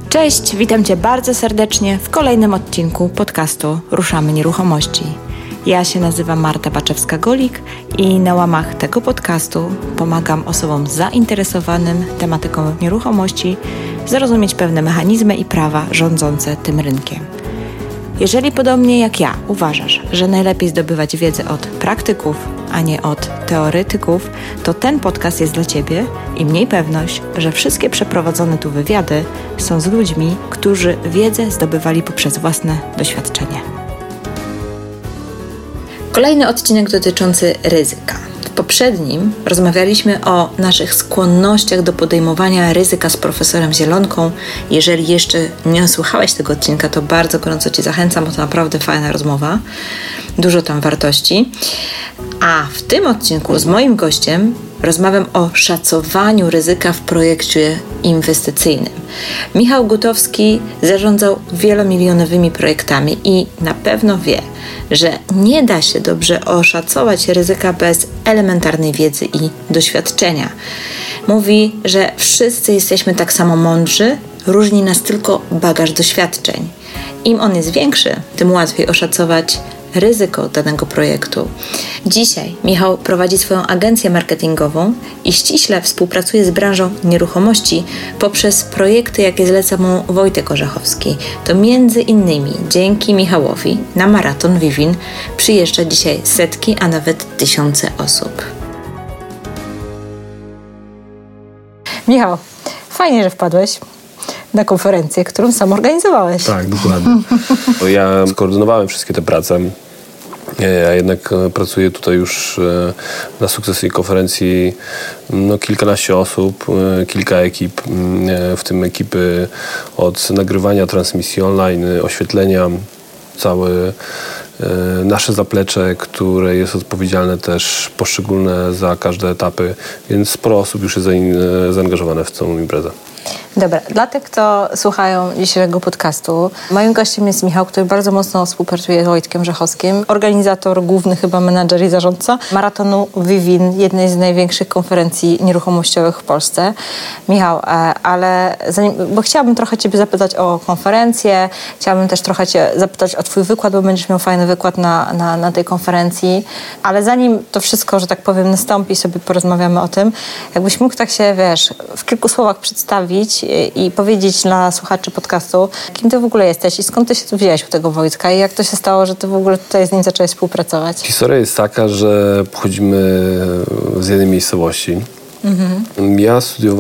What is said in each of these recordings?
Cześć, witam Cię bardzo serdecznie w kolejnym odcinku podcastu Ruszamy Nieruchomości. Ja się nazywam Marta Baczewska-Golik i na łamach tego podcastu pomagam osobom zainteresowanym tematyką nieruchomości zrozumieć pewne mechanizmy i prawa rządzące tym rynkiem. Jeżeli podobnie jak ja uważasz, że najlepiej zdobywać wiedzę od praktyków, a nie od teoretyków, to ten podcast jest dla Ciebie i miej pewność, że wszystkie przeprowadzone tu wywiady są z ludźmi, którzy wiedzę zdobywali poprzez własne doświadczenie. Kolejny odcinek dotyczący ryzyka. W poprzednim rozmawialiśmy o naszych skłonnościach do podejmowania ryzyka z profesorem Zielonką. Jeżeli jeszcze nie słuchałeś tego odcinka, to bardzo gorąco Cię zachęcam, bo to naprawdę fajna rozmowa. Dużo tam wartości. A w tym odcinku z moim gościem rozmawiam o szacowaniu ryzyka w projekcie inwestycyjnym. Michał Gutowski zarządzał wielomilionowymi projektami i na pewno wie, że nie da się dobrze oszacować ryzyka bez elementarnej wiedzy i doświadczenia. Mówi, że wszyscy jesteśmy tak samo mądrzy, różni nas tylko bagaż doświadczeń. Im on jest większy, tym łatwiej oszacować ryzyko danego projektu. Dzisiaj Michał prowadzi swoją agencję marketingową i ściśle współpracuje z branżą nieruchomości poprzez projekty, jakie zleca mu Wojtek Orzechowski. To między innymi dzięki Michałowi na maraton Vivin przyjeżdża dzisiaj setki, a nawet tysiące osób. Michał, fajnie, że wpadłeś na konferencję, którą sam organizowałeś. Tak, dokładnie. Ja skoordynowałem wszystkie te prace. Ja jednak pracuję tutaj już na sukcesji konferencji kilkanaście osób, kilka ekip, w tym ekipy od nagrywania transmisji online, oświetlenia, całe nasze zaplecze, które jest odpowiedzialne też poszczególne za każde etapy, więc sporo osób już jest zaangażowane w całą imprezę. Dobra, dla tych, kto słuchają dzisiejszego podcastu, moim gościem jest Michał, który bardzo mocno współpracuje z Wojtkiem Orzechowskim, organizator, główny chyba menadżer i zarządca maratonu Vivin, jednej z największych konferencji nieruchomościowych w Polsce. Michał, ale bo chciałabym trochę Ciebie zapytać o konferencję, chciałabym też trochę Cię zapytać o Twój wykład, bo będziesz miał fajny wykład na tej konferencji, ale zanim to wszystko, że tak powiem, nastąpi, sobie porozmawiamy o tym, jakbyś mógł tak się, w kilku słowach przedstawić i powiedzieć dla słuchaczy podcastu, kim ty w ogóle jesteś i skąd ty się tu wziąłeś u tego Wojtka i jak to się stało, że ty w ogóle tutaj z nim zacząłeś współpracować? Historia jest taka, że pochodzimy z jednej miejscowości. Ja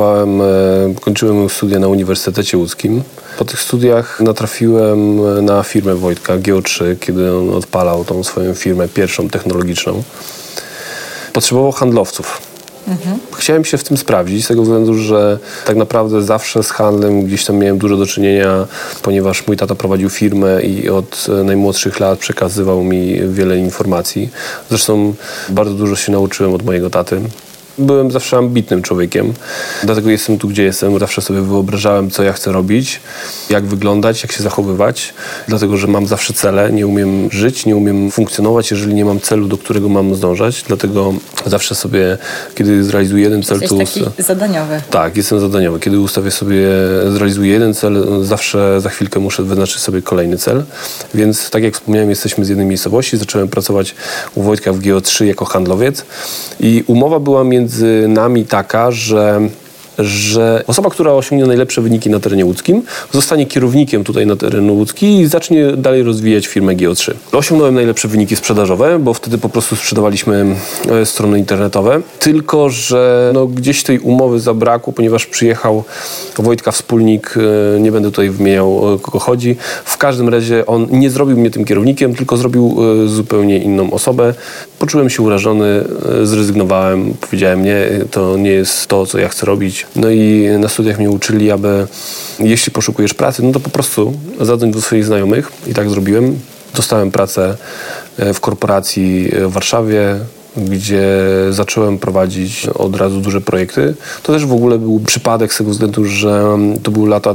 kończyłem studia na Uniwersytecie Łódzkim. Po tych studiach natrafiłem na firmę Wojtka, GO3, kiedy on odpalał tą swoją firmę pierwszą technologiczną. Potrzebował handlowców. Chciałem się w tym sprawdzić z tego względu, że tak naprawdę zawsze z handlem gdzieś tam miałem dużo do czynienia, ponieważ mój tata prowadził firmę i od najmłodszych lat przekazywał mi wiele informacji. Zresztą bardzo dużo się nauczyłem od mojego taty. Byłem zawsze ambitnym człowiekiem, dlatego jestem tu, gdzie jestem. Zawsze sobie wyobrażałem, co ja chcę robić, jak wyglądać, jak się zachowywać, dlatego, że mam zawsze cele. Nie umiem żyć, nie umiem funkcjonować, jeżeli nie mam celu, do którego mam zdążać. Dlatego zawsze sobie, kiedy zrealizuję jeden cel... Jesteś taki zadaniowy. Tak, jestem zadaniowy. Kiedy zrealizuję jeden cel, zawsze za chwilkę muszę wyznaczyć sobie kolejny cel. Więc tak jak wspomniałem, jesteśmy z jednej miejscowości. Zacząłem pracować u Wojtka w GO3 jako handlowiec i umowa była między nami taka, że osoba, która osiągnie najlepsze wyniki na terenie łódzkim, zostanie kierownikiem tutaj na terenu łódzki i zacznie dalej rozwijać firmę GO3. Osiągnąłem najlepsze wyniki sprzedażowe, bo wtedy po prostu sprzedawaliśmy strony internetowe. Tylko że gdzieś tej umowy zabrakło, ponieważ przyjechał Wojtka wspólnik, nie będę tutaj wymieniał, o kogo chodzi. W każdym razie on nie zrobił mnie tym kierownikiem, tylko zrobił zupełnie inną osobę. Poczułem się urażony, zrezygnowałem, powiedziałem nie, to nie jest to, co ja chcę robić. No i na studiach mnie uczyli, aby jeśli poszukujesz pracy, to po prostu zadzwoń do swoich znajomych i tak zrobiłem. Dostałem pracę w korporacji w Warszawie, gdzie zacząłem prowadzić od razu duże projekty. To też w ogóle był przypadek z tego względu, że to były lata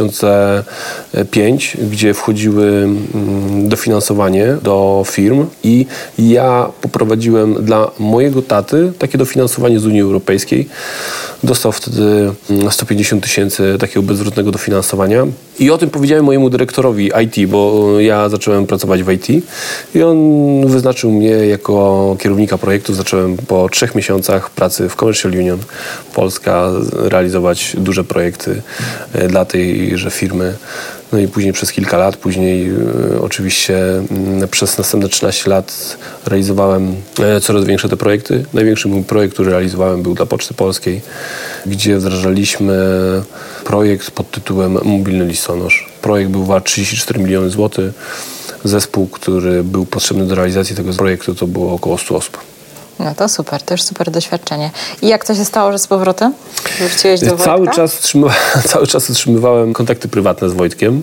2005, gdzie wchodziły dofinansowanie do firm i ja poprowadziłem dla mojego taty takie dofinansowanie z Unii Europejskiej. Dostał wtedy 150 000 takiego bezzwrotnego dofinansowania. I o tym powiedziałem mojemu dyrektorowi IT, bo ja zacząłem pracować w IT i on wyznaczył mnie jako kierownika projektu. Zacząłem po 3 miesiącach pracy w Commercial Union Polska realizować duże projekty dla tejże firmy. No i później przez kilka lat, później oczywiście przez następne 13 lat realizowałem coraz większe te projekty. Największy mój projekt, który realizowałem, był dla Poczty Polskiej, gdzie wdrażaliśmy projekt pod tytułem Mobilny Listonosz. Projekt był wart 34 miliony złotych. Zespół, który był potrzebny do realizacji tego projektu, to było około 100 osób. No to super, to już super doświadczenie. I jak to się stało, że z powrotem wróciłeś do Wojtka? Cały czas utrzymywałem kontakty prywatne z Wojtkiem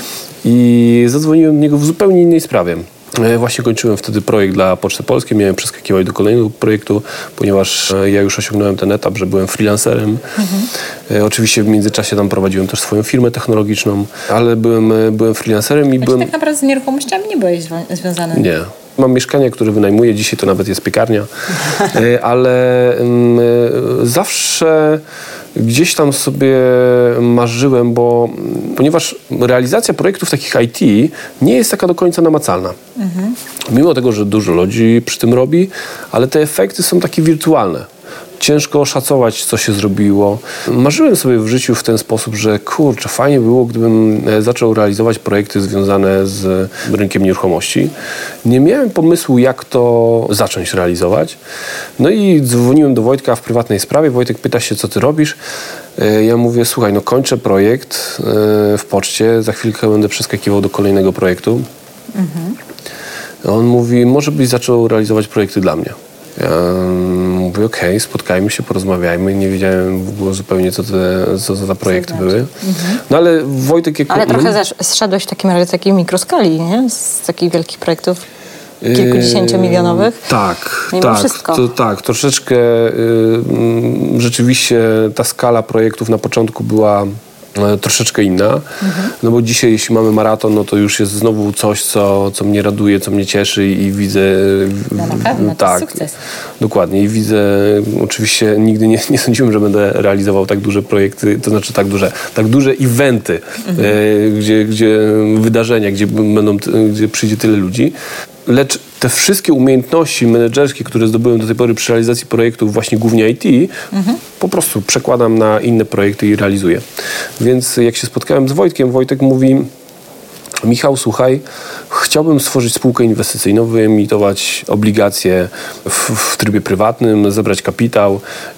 i zadzwoniłem do niego w zupełnie innej sprawie. Właśnie kończyłem wtedy projekt dla Poczty Polskiej, miałem przeskakiwać do kolejnego projektu, ponieważ ja już osiągnąłem ten etap, że byłem freelancerem. Oczywiście w międzyczasie tam prowadziłem też swoją firmę technologiczną, ale byłem freelancerem i byłem... tak naprawdę z nieruchomościami nie byłeś związany? Nie. Mam mieszkanie, które wynajmuję, dzisiaj to nawet jest piekarnia, ale zawsze gdzieś tam sobie marzyłem, ponieważ realizacja projektów takich IT nie jest taka do końca namacalna. Mimo tego, że dużo ludzi przy tym robi, ale te efekty są takie wirtualne. Ciężko oszacować, co się zrobiło. Marzyłem sobie w życiu w ten sposób, że kurczę, fajnie było, gdybym zaczął realizować projekty związane z rynkiem nieruchomości. Nie miałem pomysłu, jak to zacząć realizować. No i dzwoniłem do Wojtka w prywatnej sprawie. Wojtek pyta się, co ty robisz? Ja mówię, słuchaj, no kończę projekt w poczcie, za chwilkę będę przeskakiwał do kolejnego projektu. On mówi, może byś zaczął realizować projekty dla mnie. Ja mówię, okej, spotkajmy się, porozmawiajmy. Nie wiedziałem w ogóle zupełnie, co to za projekty były. No ale Wojtek... Ale trochę zszedłeś w takim razie z takiej mikroskali, nie? Z takich wielkich projektów kilkudziesięciomilionowych. Tak, troszeczkę rzeczywiście ta skala projektów na początku była troszeczkę inna, no bo dzisiaj jeśli mamy maraton, no to już jest znowu coś, co mnie raduje, co mnie cieszy i widzę... No na pewno, to jest sukces. Dokładnie i widzę, oczywiście nigdy nie sądziłem, że będę realizował tak duże projekty, to znaczy tak duże eventy, gdzie wydarzenia, gdzie przyjdzie tyle ludzi. Lecz te wszystkie umiejętności menedżerskie, które zdobyłem do tej pory przy realizacji projektów właśnie głównie IT, po prostu przekładam na inne projekty i realizuję. Więc jak się spotkałem z Wojtkiem, Wojtek mówi: Michał, słuchaj, chciałbym stworzyć spółkę inwestycyjną, wyemitować obligacje w trybie prywatnym, zebrać kapitał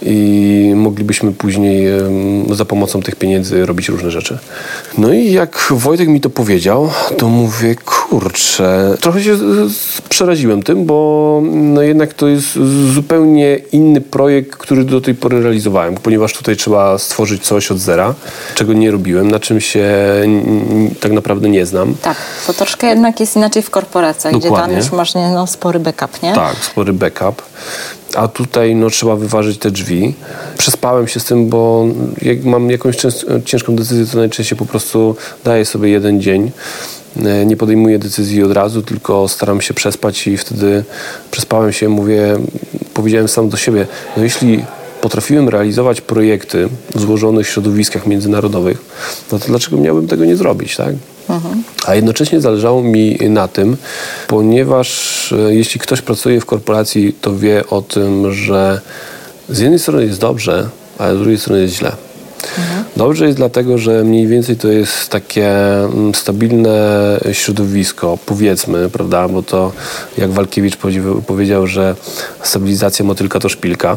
i moglibyśmy później za pomocą tych pieniędzy robić różne rzeczy. No i jak Wojtek mi to powiedział, to mówię, kurczę, trochę się przeraziłem tym, bo no jednak to jest zupełnie inny projekt, który do tej pory realizowałem, ponieważ tutaj trzeba stworzyć coś od zera, czego nie robiłem, na czym się tak naprawdę nie znam. Tak, to troszkę jednak jest inaczej w korporacjach, Dokładnie. Gdzie tam już masz spory backup, nie? Tak, spory backup. A tutaj trzeba wyważyć te drzwi. Przespałem się z tym, bo jak mam jakąś ciężką decyzję, to najczęściej po prostu daję sobie jeden dzień. Nie podejmuję decyzji od razu, tylko staram się przespać i wtedy przespałem się, powiedziałem sam do siebie, no jeśli potrafiłem realizować projekty w złożonych środowiskach międzynarodowych, no to dlaczego miałbym tego nie zrobić, tak? A jednocześnie zależało mi na tym, ponieważ jeśli ktoś pracuje w korporacji, to wie o tym, że z jednej strony jest dobrze, ale z drugiej strony jest źle. Dobrze jest dlatego, że mniej więcej to jest takie stabilne środowisko, powiedzmy, prawda, bo to jak Walkiewicz powiedział, że stabilizacja motylka to szpilka.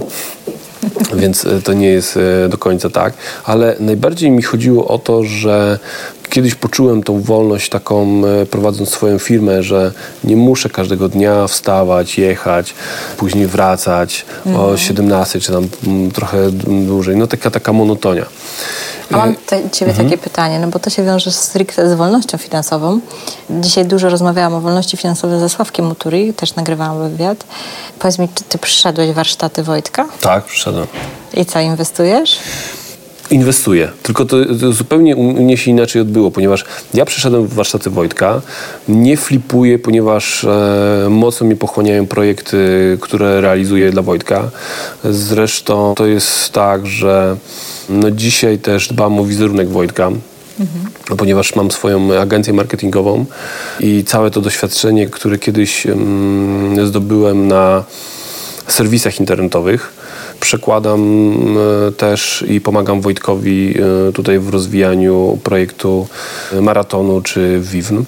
Więc to nie jest do końca tak. Ale najbardziej mi chodziło o to, że kiedyś poczułem tą wolność taką, prowadząc swoją firmę, że nie muszę każdego dnia wstawać, jechać, później wracać o 17 czy tam trochę dłużej. No taka monotonia. A mam do Ciebie takie pytanie, no bo to się wiąże stricte z wolnością finansową. Dzisiaj dużo rozmawiałam o wolności finansowej ze Sławkiem Muturi, też nagrywałam wywiad. Powiedz mi, czy Ty przyszedłeś w warsztaty Wojtka? Tak, przyszedłem. I co, inwestujesz? Inwestuję, tylko to zupełnie u mnie się inaczej odbyło, ponieważ ja przyszedłem w warsztaty Wojtka, nie flipuję, ponieważ mocno mnie pochłaniają projekty, które realizuję dla Wojtka. Zresztą to jest tak, że dzisiaj też dbam o wizerunek Wojtka, ponieważ mam swoją agencję marketingową i całe to doświadczenie, które kiedyś zdobyłem na serwisach internetowych, przekładam też i pomagam Wojtkowi tutaj w rozwijaniu projektu Maratonu czy Vivn.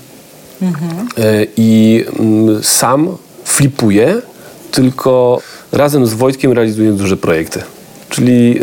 I sam flipuję, tylko razem z Wojtkiem realizuję duże projekty. Czyli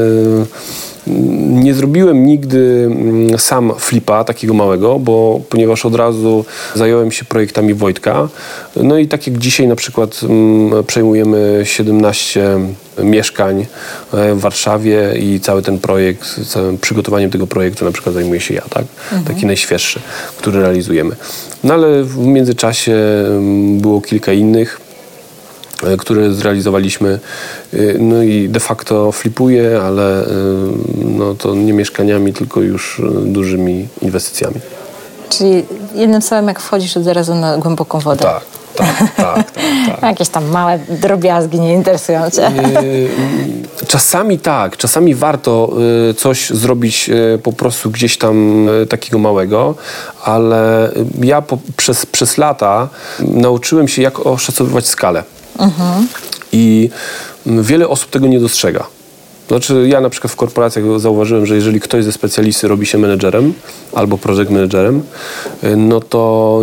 nie zrobiłem nigdy sam flipa takiego małego, ponieważ od razu zająłem się projektami Wojtka. No i tak jak dzisiaj na przykład przejmujemy 17 mieszkań w Warszawie i cały ten projekt, całym przygotowaniem tego projektu na przykład zajmuję się ja, tak? Taki najświeższy, który realizujemy. No ale w międzyczasie było kilka innych, które zrealizowaliśmy. No i de facto flipuję, ale no to nie mieszkaniami, tylko już dużymi inwestycjami. Czyli jednym słowem, jak wchodzisz od razu na głęboką wodę. Tak. Jakieś tam małe drobiazgi nie interesują Cię? Czasami tak, czasami warto coś zrobić po prostu gdzieś tam takiego małego, ale ja przez lata nauczyłem się, jak oszacowywać skalę. I wiele osób tego nie dostrzega. Znaczy ja na przykład w korporacjach zauważyłem, że jeżeli ktoś ze specjalisty robi się menedżerem albo project managerem, no to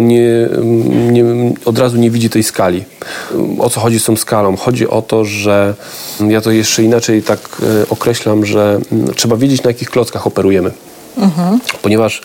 od razu nie widzi tej skali. O co chodzi z tą skalą? Chodzi o to, że ja to jeszcze inaczej tak określam, że trzeba wiedzieć, na jakich klockach operujemy. Ponieważ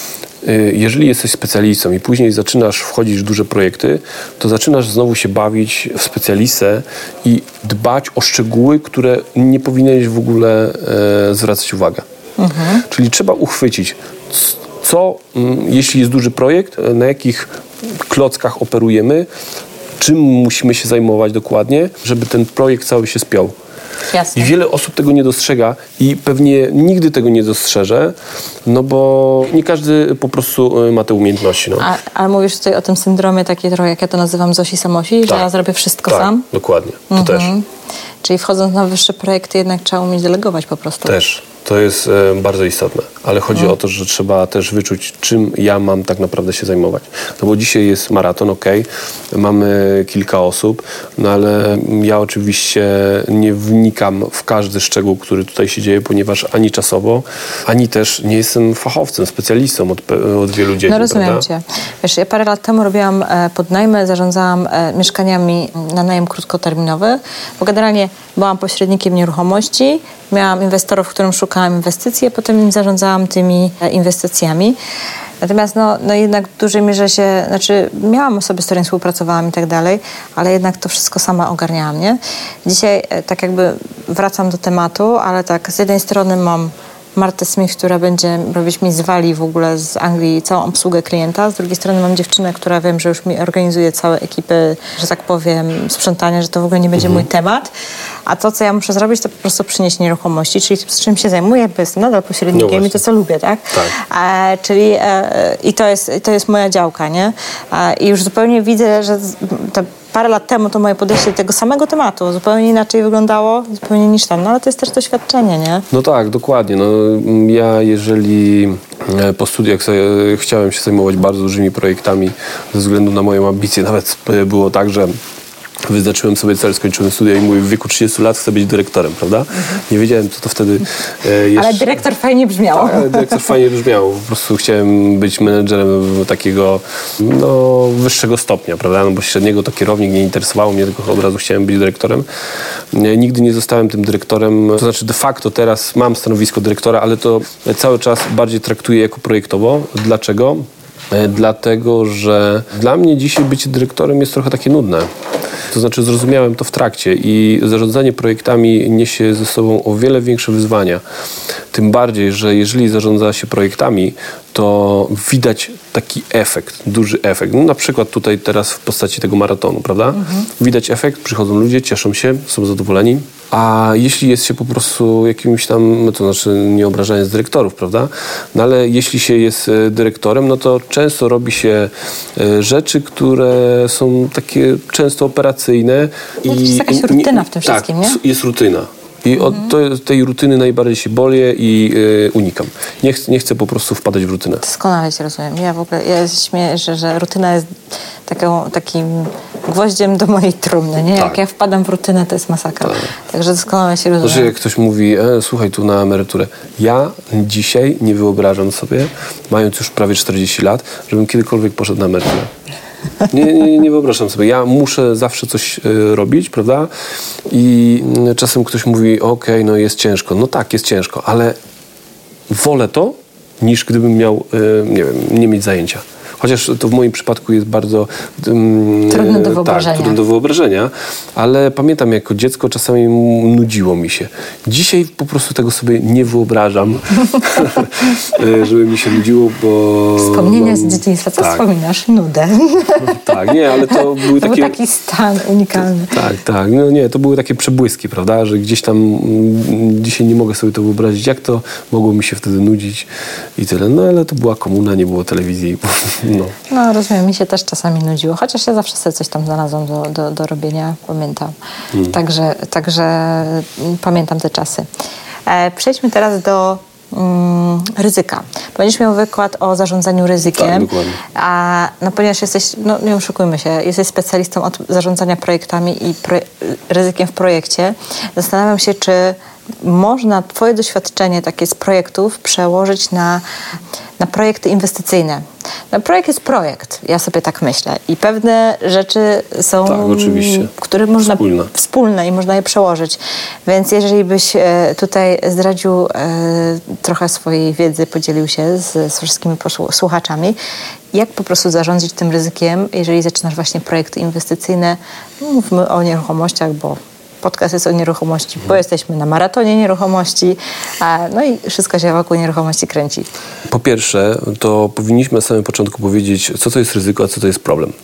jeżeli jesteś specjalistą i później zaczynasz wchodzić w duże projekty, to zaczynasz znowu się bawić w specjalistę i dbać o szczegóły, które nie powinieneś w ogóle zwracać uwagę. Czyli trzeba uchwycić, co, jeśli jest duży projekt, na jakich klockach operujemy, czym musimy się zajmować dokładnie, żeby ten projekt cały się spiął. Jasne. I wiele osób tego nie dostrzega i pewnie nigdy tego nie dostrzeże, no bo nie każdy po prostu ma te umiejętności. No. Ale mówisz tutaj o tym syndromie takiej trochę, jak ja to nazywam, Zosi Samosi, że ja zrobię wszystko sam? Dokładnie. To też. Czyli wchodząc na wyższe projekty jednak trzeba umieć delegować po prostu. Też. To jest bardzo istotne, ale chodzi o to, że trzeba też wyczuć, czym ja mam tak naprawdę się zajmować. No bo dzisiaj jest maraton, mamy kilka osób, no ale ja oczywiście nie wnikam w każdy szczegół, który tutaj się dzieje, ponieważ ani czasowo, ani też nie jestem fachowcem, specjalistą od wielu dziedzin. No rozumiem Cię. Wiesz, ja parę lat temu robiłam podnajmy, zarządzałam mieszkaniami na najem krótkoterminowy, bo generalnie byłam pośrednikiem nieruchomości, miałam inwestorów, którym szukałam inwestycji, a potem im zarządzałam tymi inwestycjami. Natomiast no jednak w dużej mierze miałam osoby, z którymi współpracowałam i tak dalej, ale jednak to wszystko sama ogarniałam, nie? Dzisiaj tak jakby wracam do tematu, ale tak z jednej strony mam Martę Smith, która będzie robić mi z Walii w ogóle z Anglii całą obsługę klienta. Z drugiej strony mam dziewczynę, która wiem, że już mi organizuje całe ekipy, że tak powiem, sprzątania, że to w ogóle nie będzie mój temat. A to, co ja muszę zrobić, to po prostu przynieść nieruchomości, czyli z czym się zajmuję, bo jestem nadal pośrednikiem i to, co lubię, tak? Czyli to jest moja działka, nie? I już zupełnie widzę, że parę lat temu to moje podejście do tego samego tematu zupełnie inaczej wyglądało, zupełnie niż tam. No ale to jest też doświadczenie, nie? No tak, dokładnie. No, ja jeżeli po studiach chciałem się zajmować bardzo dużymi projektami ze względu na moją ambicję, nawet było tak, że wyznaczyłem sobie cel, skończyłem studia i mówię, w wieku 30 lat chcę być dyrektorem, prawda? Nie wiedziałem, co to wtedy jeszcze... Ale dyrektor fajnie brzmiał. Tak, dyrektor fajnie brzmiał. Po prostu chciałem być menedżerem takiego wyższego stopnia, prawda? No bo średniego to kierownik, nie interesowało mnie, tylko od razu chciałem być dyrektorem. Nigdy nie zostałem tym dyrektorem. To znaczy de facto teraz mam stanowisko dyrektora, ale to cały czas bardziej traktuję jako projektowo. Dlaczego? Dlatego, że dla mnie dzisiaj bycie dyrektorem jest trochę takie nudne. To znaczy zrozumiałem to w trakcie i zarządzanie projektami niesie ze sobą o wiele większe wyzwania. Tym bardziej, że jeżeli zarządza się projektami, to widać taki efekt, duży efekt. No, na przykład tutaj teraz w postaci tego maratonu, prawda? Widać efekt, przychodzą ludzie, cieszą się, są zadowoleni. A jeśli jest się po prostu jakimś tam, to znaczy nie obrażając dyrektorów, prawda? No ale jeśli się jest dyrektorem, no to często robi się rzeczy, które są takie często operacyjne. No to jest jakaś rutyna w tym wszystkim, nie? Tak, jest rutyna. I od tej rutyny najbardziej się boję i unikam. Nie chcę po prostu wpadać w rutynę. Doskonale się rozumiem. Ja się śmieję, że rutyna jest takim gwoździem do mojej trumny. Nie? Tak. Jak ja wpadam w rutynę, to jest masakra. Tak. Także doskonale się rozumiem. Znaczy, jak ktoś mówi, słuchaj, tu na emeryturę. Ja dzisiaj nie wyobrażam sobie, mając już prawie 40 lat, żebym kiedykolwiek poszedł na emeryturę. Nie wyobrażam sobie. Ja muszę zawsze coś robić, prawda? I czasem ktoś mówi, okej, no jest ciężko. No tak, jest ciężko, ale wolę to, niż gdybym miał, nie mieć zajęcia. Chociaż to w moim przypadku jest bardzo trudne do wyobrażenia. Tak, trudne do wyobrażenia, ale pamiętam, jako dziecko czasami nudziło mi się. Dzisiaj po prostu tego sobie nie wyobrażam, żeby mi się nudziło, bo... Wspomnienia z dzieciństwa. Co wspominasz? Nudę. Tak, nie, ale to były takie... To był taki stan unikalny. Tak. No nie, to były takie przebłyski, prawda, że gdzieś tam dzisiaj nie mogę sobie to wyobrazić, jak to mogło mi się wtedy nudzić i tyle. No ale to była komuna, nie było telewizji. No rozumiem, mi się też czasami nudziło, chociaż ja zawsze sobie coś tam znalazłam do robienia, pamiętam. Także pamiętam te czasy. Przejdźmy teraz do ryzyka. Będziesz miał wykład o zarządzaniu ryzykiem. Tak, dokładnie. Ponieważ jesteś, nie oszukujmy się, jesteś specjalistą od zarządzania projektami i ryzykiem w projekcie, zastanawiam się, czy można twoje doświadczenie takie z projektów przełożyć na projekty inwestycyjne. No, projekt jest projekt, ja sobie tak myślę. I pewne rzeczy są, tak, oczywiście, które można wspólne i można je przełożyć. Więc jeżeli byś tutaj zdradził trochę swojej wiedzy, podzielił się z wszystkimi słuchaczami, jak po prostu zarządzić tym ryzykiem, jeżeli zaczynasz właśnie projekty inwestycyjne. Mówmy o nieruchomościach, bo podcast jest o nieruchomości, bo jesteśmy na maratonie nieruchomości, no i wszystko się wokół nieruchomości kręci. Po pierwsze, to powinniśmy na samym początku powiedzieć, co to jest ryzyko, a co to jest problem.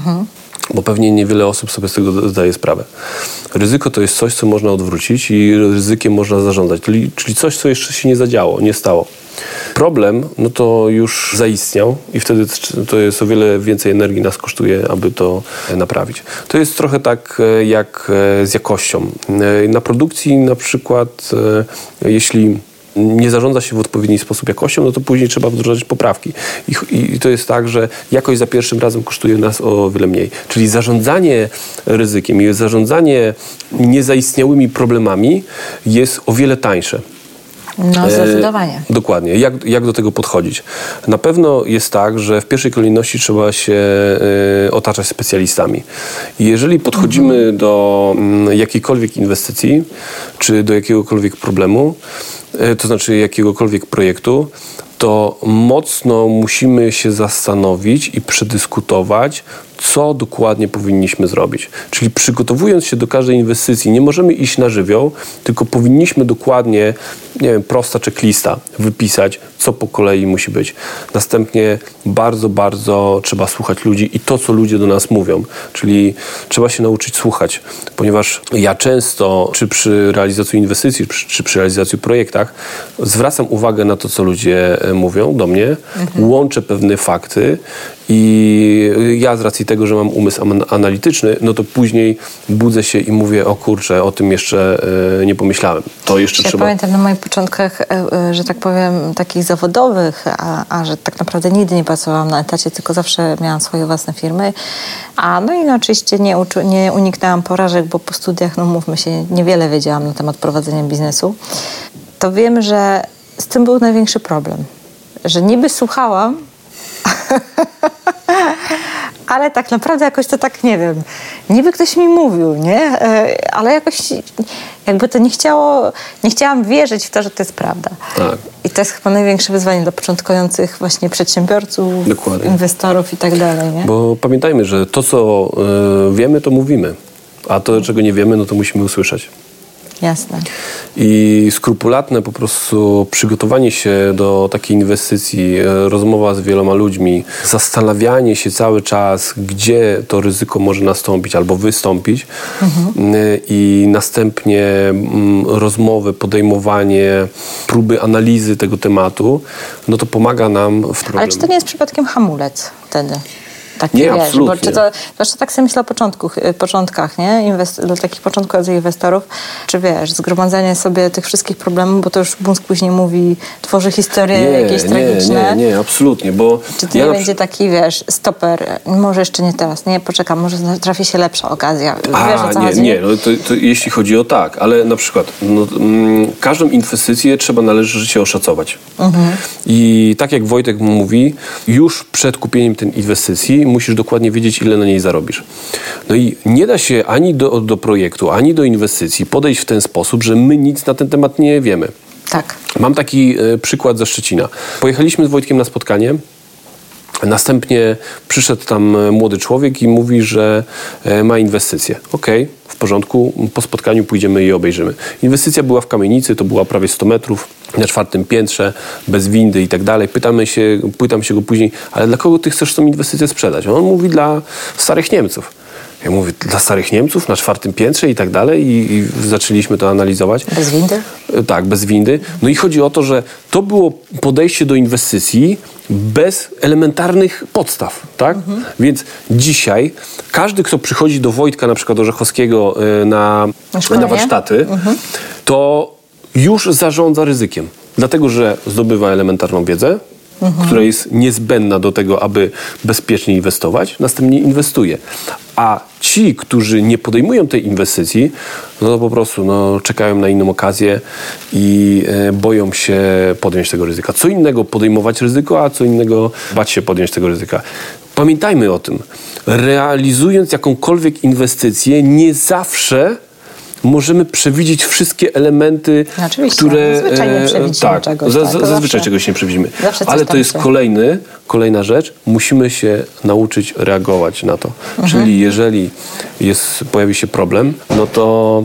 Bo pewnie niewiele osób sobie z tego zdaje sprawę. Ryzyko to jest coś, co można odwrócić i ryzykiem można zarządzać, czyli coś, co jeszcze się nie zadziało, nie stało. Problem, no to już zaistniał i wtedy to jest o wiele więcej energii nas kosztuje, aby to naprawić. To jest trochę tak jak z jakością. Na produkcji na przykład, jeśli nie zarządza się w odpowiedni sposób jakością, no to później trzeba wdrożyć poprawki. I to jest tak, że jakość za pierwszym razem kosztuje nas o wiele mniej. Czyli zarządzanie ryzykiem i zarządzanie niezaistniałymi problemami jest o wiele tańsze. No, zdecydowanie. Dokładnie. Jak do tego podchodzić? Na pewno jest tak, że w pierwszej kolejności trzeba się otaczać specjalistami. I jeżeli podchodzimy do jakiejkolwiek inwestycji, czy do jakiegokolwiek problemu, to znaczy jakiegokolwiek projektu, to mocno musimy się zastanowić i przedyskutować, co dokładnie powinniśmy zrobić. Czyli przygotowując się do każdej inwestycji, nie możemy iść na żywioł, tylko powinniśmy dokładnie, prosta checklista wypisać, co po kolei musi być. Następnie bardzo, bardzo trzeba słuchać ludzi i to, co ludzie do nas mówią. Czyli trzeba się nauczyć słuchać, ponieważ ja często, czy przy realizacji inwestycji, czy przy realizacji projektach, zwracam uwagę na to, co ludzie mówią do mnie, łączę pewne fakty i ja z racji tego, że mam umysł analityczny, no to później budzę się i mówię, o kurczę, o tym jeszcze nie pomyślałem. To jeszcze trzeba... Pamiętam na moich początkach, że tak powiem, takich zawodowych, a że tak naprawdę nigdy nie pracowałam na etacie, tylko zawsze miałam swoje własne firmy. Oczywiście nie uniknęłam porażek, bo po studiach, mówmy się, niewiele wiedziałam na temat prowadzenia biznesu. To wiem, że z tym był największy problem. Że niby słuchałam, ale tak naprawdę jakoś to tak, nie wiem, niby ktoś mi mówił, nie? Ale jakoś jakby to nie chciałam wierzyć w to, że to jest prawda. Tak. I to jest chyba największe wyzwanie dla początkujących właśnie przedsiębiorców, dokładnie, inwestorów i tak dalej, nie? Bo pamiętajmy, że to, co wiemy, to mówimy. A to, czego nie wiemy, no to musimy usłyszeć. Jasne. I skrupulatne po prostu przygotowanie się do takiej inwestycji, rozmowa z wieloma ludźmi, zastanawianie się cały czas, gdzie to ryzyko może nastąpić albo wystąpić i następnie rozmowy, podejmowanie, próby analizy tego tematu, no to pomaga nam w problemie. Ale czy to nie jest przypadkiem hamulec wtedy? Taki, nie, wiesz, absolutnie. Bo zwłaszcza tak sobie myślę o początkach, nie? Dla takich początkujących inwestorów, czy wiesz, zgromadzenie sobie tych wszystkich problemów, bo to już mózg później mówi, tworzy historie jakieś tragiczne. Nie, absolutnie, bo... Czy to nie będzie taki, wiesz, stoper, może jeszcze nie teraz, nie, poczekam, może trafi się lepsza okazja. Wiesz, o co chodzi? Nie, no to jeśli chodzi o tak, ale na przykład każdą inwestycję trzeba należycie oszacować. I tak jak Wojtek mówi, już przed kupieniem tej inwestycji musisz dokładnie wiedzieć, ile na niej zarobisz. No i nie da się ani do projektu, ani do inwestycji podejść w ten sposób, że my nic na ten temat nie wiemy. Tak. Mam taki przykład ze Szczecina. Pojechaliśmy z Wojtkiem na spotkanie. Następnie przyszedł tam młody człowiek i mówi, że ma inwestycję. Okej, w porządku, po spotkaniu pójdziemy i obejrzymy. Inwestycja była w kamienicy, to była prawie 100 metrów, na 4. piętrze, bez windy i tak dalej. Pytam się go później, ale dla kogo ty chcesz tą inwestycję sprzedać? On mówi, dla starych Niemców. Ja mówię, dla starych Niemców na 4. piętrze i tak dalej i zaczęliśmy to analizować. Bez windy? Tak, bez windy. No i chodzi o to, że to było podejście do inwestycji bez elementarnych podstaw, tak? Więc dzisiaj każdy, kto przychodzi do Wojtka, na przykład Orzechowskiego na warsztaty, to już zarządza ryzykiem. Dlatego, że zdobywa elementarną wiedzę, która jest niezbędna do tego, aby bezpiecznie inwestować, następnie inwestuje. A ci, którzy nie podejmują tej inwestycji, no to po prostu czekają na inną okazję i boją się podjąć tego ryzyka. Co innego podejmować ryzyko, a co innego bać się podjąć tego ryzyka. Pamiętajmy o tym. Realizując jakąkolwiek inwestycję, nie zawsze możemy przewidzieć wszystkie elementy, które... Zazwyczaj nie przewidzimy czegoś. Zazwyczaj czegoś nie przewidzimy. Ale to jest kolejna rzecz. Musimy się nauczyć reagować na to. Czyli jeżeli pojawi się problem, no to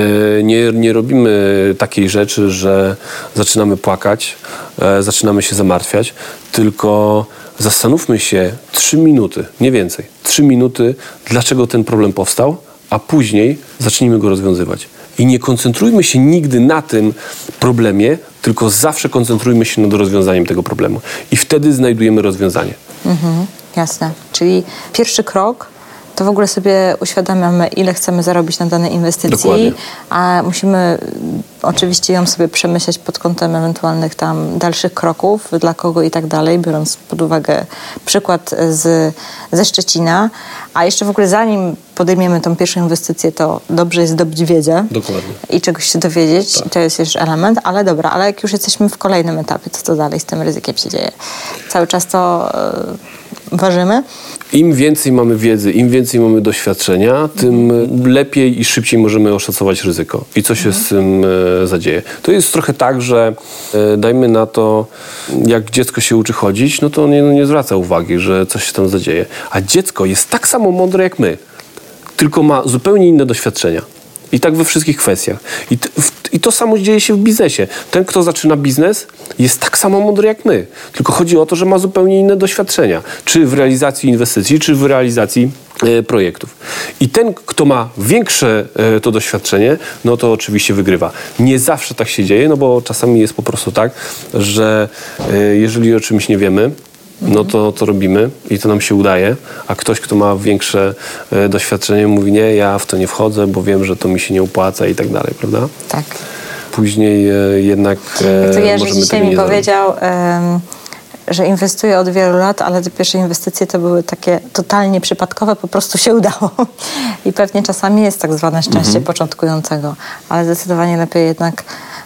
nie robimy takiej rzeczy, że zaczynamy płakać, zaczynamy się zamartwiać, tylko zastanówmy się 3 minuty, nie więcej, 3 minuty, dlaczego ten problem powstał, a później zacznijmy go rozwiązywać. I nie koncentrujmy się nigdy na tym problemie, tylko zawsze koncentrujmy się nad rozwiązaniem tego problemu. I wtedy znajdujemy rozwiązanie. Jasne. Czyli pierwszy krok to w ogóle sobie uświadamiamy, ile chcemy zarobić na danej inwestycji, Dokładnie. A musimy oczywiście ją sobie przemyśleć pod kątem ewentualnych tam dalszych kroków, dla kogo i tak dalej, biorąc pod uwagę przykład ze Szczecina. A jeszcze w ogóle zanim podejmiemy tą pierwszą inwestycję, to dobrze jest zdobyć wiedzę. Dokładnie. I czegoś się dowiedzieć. Tak. I to jest już element, ale dobra, ale jak już jesteśmy w kolejnym etapie, to co dalej z tym ryzykiem się dzieje? Cały czas to ważymy. Im więcej mamy wiedzy, im więcej mamy doświadczenia, tym lepiej i szybciej możemy oszacować ryzyko i co się z tym zadzieje. To jest trochę tak, że dajmy na to, jak dziecko się uczy chodzić, no to nie zwraca uwagi, że coś się tam zadzieje. A dziecko jest tak samo mądre jak my, tylko ma zupełnie inne doświadczenia. I tak we wszystkich kwestiach. I to samo dzieje się w biznesie. Ten, kto zaczyna biznes, jest tak samo mądry jak my. Tylko chodzi o to, że ma zupełnie inne doświadczenia. Czy w realizacji inwestycji, czy w realizacji projektów. I ten, kto ma większe to doświadczenie, no to oczywiście wygrywa. Nie zawsze tak się dzieje, no bo czasami jest po prostu tak, że jeżeli o czymś nie wiemy, no to robimy i to nam się udaje, a ktoś, kto ma większe doświadczenie, mówi nie, ja w to nie wchodzę, bo wiem, że to mi się nie opłaca i tak dalej, prawda? Tak. Później jednak to Jerzy możemy dzisiaj tego mi nie powiedział, że inwestuje od wielu lat, ale te pierwsze inwestycje to były takie totalnie przypadkowe, po prostu się udało. I pewnie czasami jest tak zwane szczęście początkującego, ale zdecydowanie lepiej jednak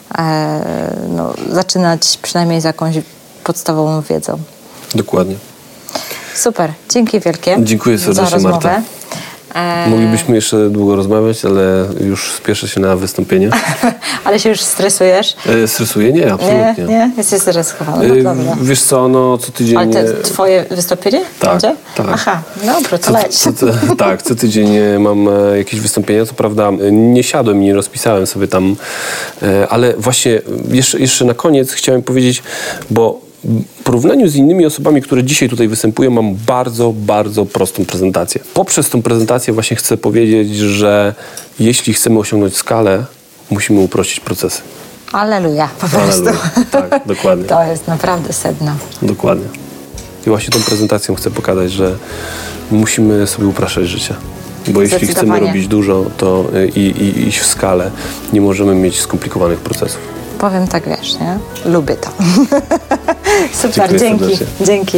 zaczynać przynajmniej z jakąś podstawową wiedzą. Dokładnie. Super, dzięki wielkie. Dziękuję serdecznie, za rozmowę. Marta. Moglibyśmy jeszcze długo rozmawiać, ale już spieszę się na wystąpienie. Ale się już stresujesz? Stresuję? Nie, absolutnie. Nie? Jesteś zestresowany. No dobra. Wiesz co, no co tydzień... Ale twoje wystąpienie? Tak, będzie? tak. Aha, dobra, to leć. Tak, co tydzień mam jakieś wystąpienia. Co prawda nie siadłem i nie rozpisałem sobie tam, ale właśnie jeszcze na koniec chciałem powiedzieć, bo w porównaniu z innymi osobami, które dzisiaj tutaj występują, mam bardzo, bardzo prostą prezentację. Poprzez tą prezentację właśnie chcę powiedzieć, że jeśli chcemy osiągnąć skalę, musimy uprościć procesy. Alleluja, po prostu. Alleluja. Tak, dokładnie. To jest naprawdę sedno. Dokładnie. I właśnie tą prezentacją chcę pokazać, że musimy sobie upraszczać życie. Bo jeśli chcemy robić dużo to i iść w skalę, nie możemy mieć skomplikowanych procesów. Powiem tak, wiesz, nie? Lubię to. Super, dzięki.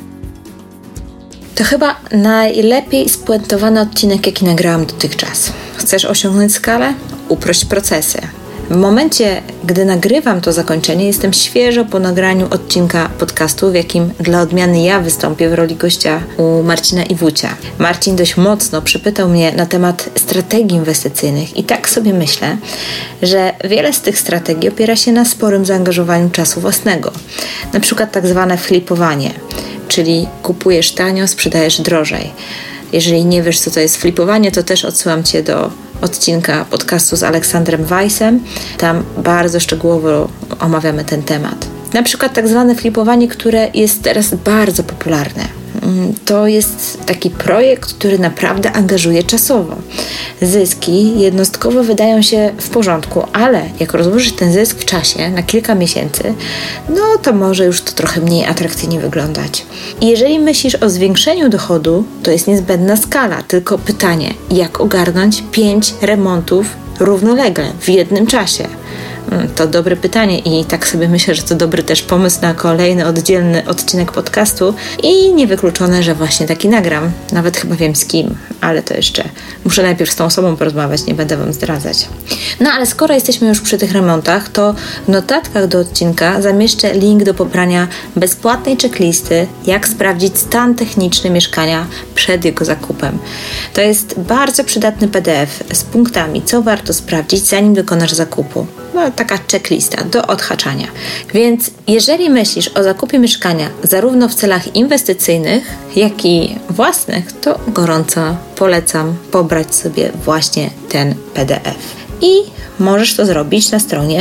To chyba najlepiej spuentowany odcinek, jaki nagrałam dotychczas. Chcesz osiągnąć skalę? Uprość procesy. W momencie, gdy nagrywam to zakończenie, jestem świeżo po nagraniu odcinka podcastu, w jakim dla odmiany ja wystąpię w roli gościa u Marcina Iwucia. Marcin dość mocno przypytał mnie na temat strategii inwestycyjnych i tak sobie myślę, że wiele z tych strategii opiera się na sporym zaangażowaniu czasu własnego. Na przykład tak zwane flipowanie, czyli kupujesz tanio, sprzedajesz drożej. Jeżeli nie wiesz, co to jest flipowanie, to też odsyłam Cię do odcinka podcastu z Aleksandrem Weissem. Tam bardzo szczegółowo omawiamy ten temat. Na przykład tak zwane flipowanie, które jest teraz bardzo popularne. To jest taki projekt, który naprawdę angażuje czasowo. Zyski jednostkowo wydają się w porządku, ale jak rozłożysz ten zysk w czasie na kilka miesięcy, no to może już to trochę mniej atrakcyjnie wyglądać. I jeżeli myślisz o zwiększeniu dochodu, to jest niezbędna skala, tylko pytanie, jak ogarnąć 5 remontów równolegle w jednym czasie? To dobre pytanie i tak sobie myślę, że to dobry też pomysł na kolejny oddzielny odcinek podcastu i niewykluczone, że właśnie taki nagram. Nawet chyba wiem z kim, ale to jeszcze muszę najpierw z tą osobą porozmawiać, nie będę Wam zdradzać. No ale skoro jesteśmy już przy tych remontach, to w notatkach do odcinka zamieszczę link do pobrania bezpłatnej checklisty, jak sprawdzić stan techniczny mieszkania przed jego zakupem. To jest bardzo przydatny PDF z punktami, co warto sprawdzić, zanim dokonasz zakupu. No, taka checklista do odhaczania. Więc jeżeli myślisz o zakupie mieszkania zarówno w celach inwestycyjnych, jak i własnych, to gorąco polecam pobrać sobie właśnie ten PDF. I możesz to zrobić na stronie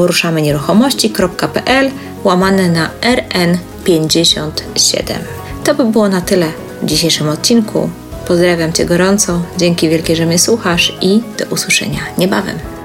www.ruszamynieruchomości.pl/RN57. To by było na tyle w dzisiejszym odcinku. Pozdrawiam Cię gorąco, dzięki wielkie, że mnie słuchasz i do usłyszenia niebawem.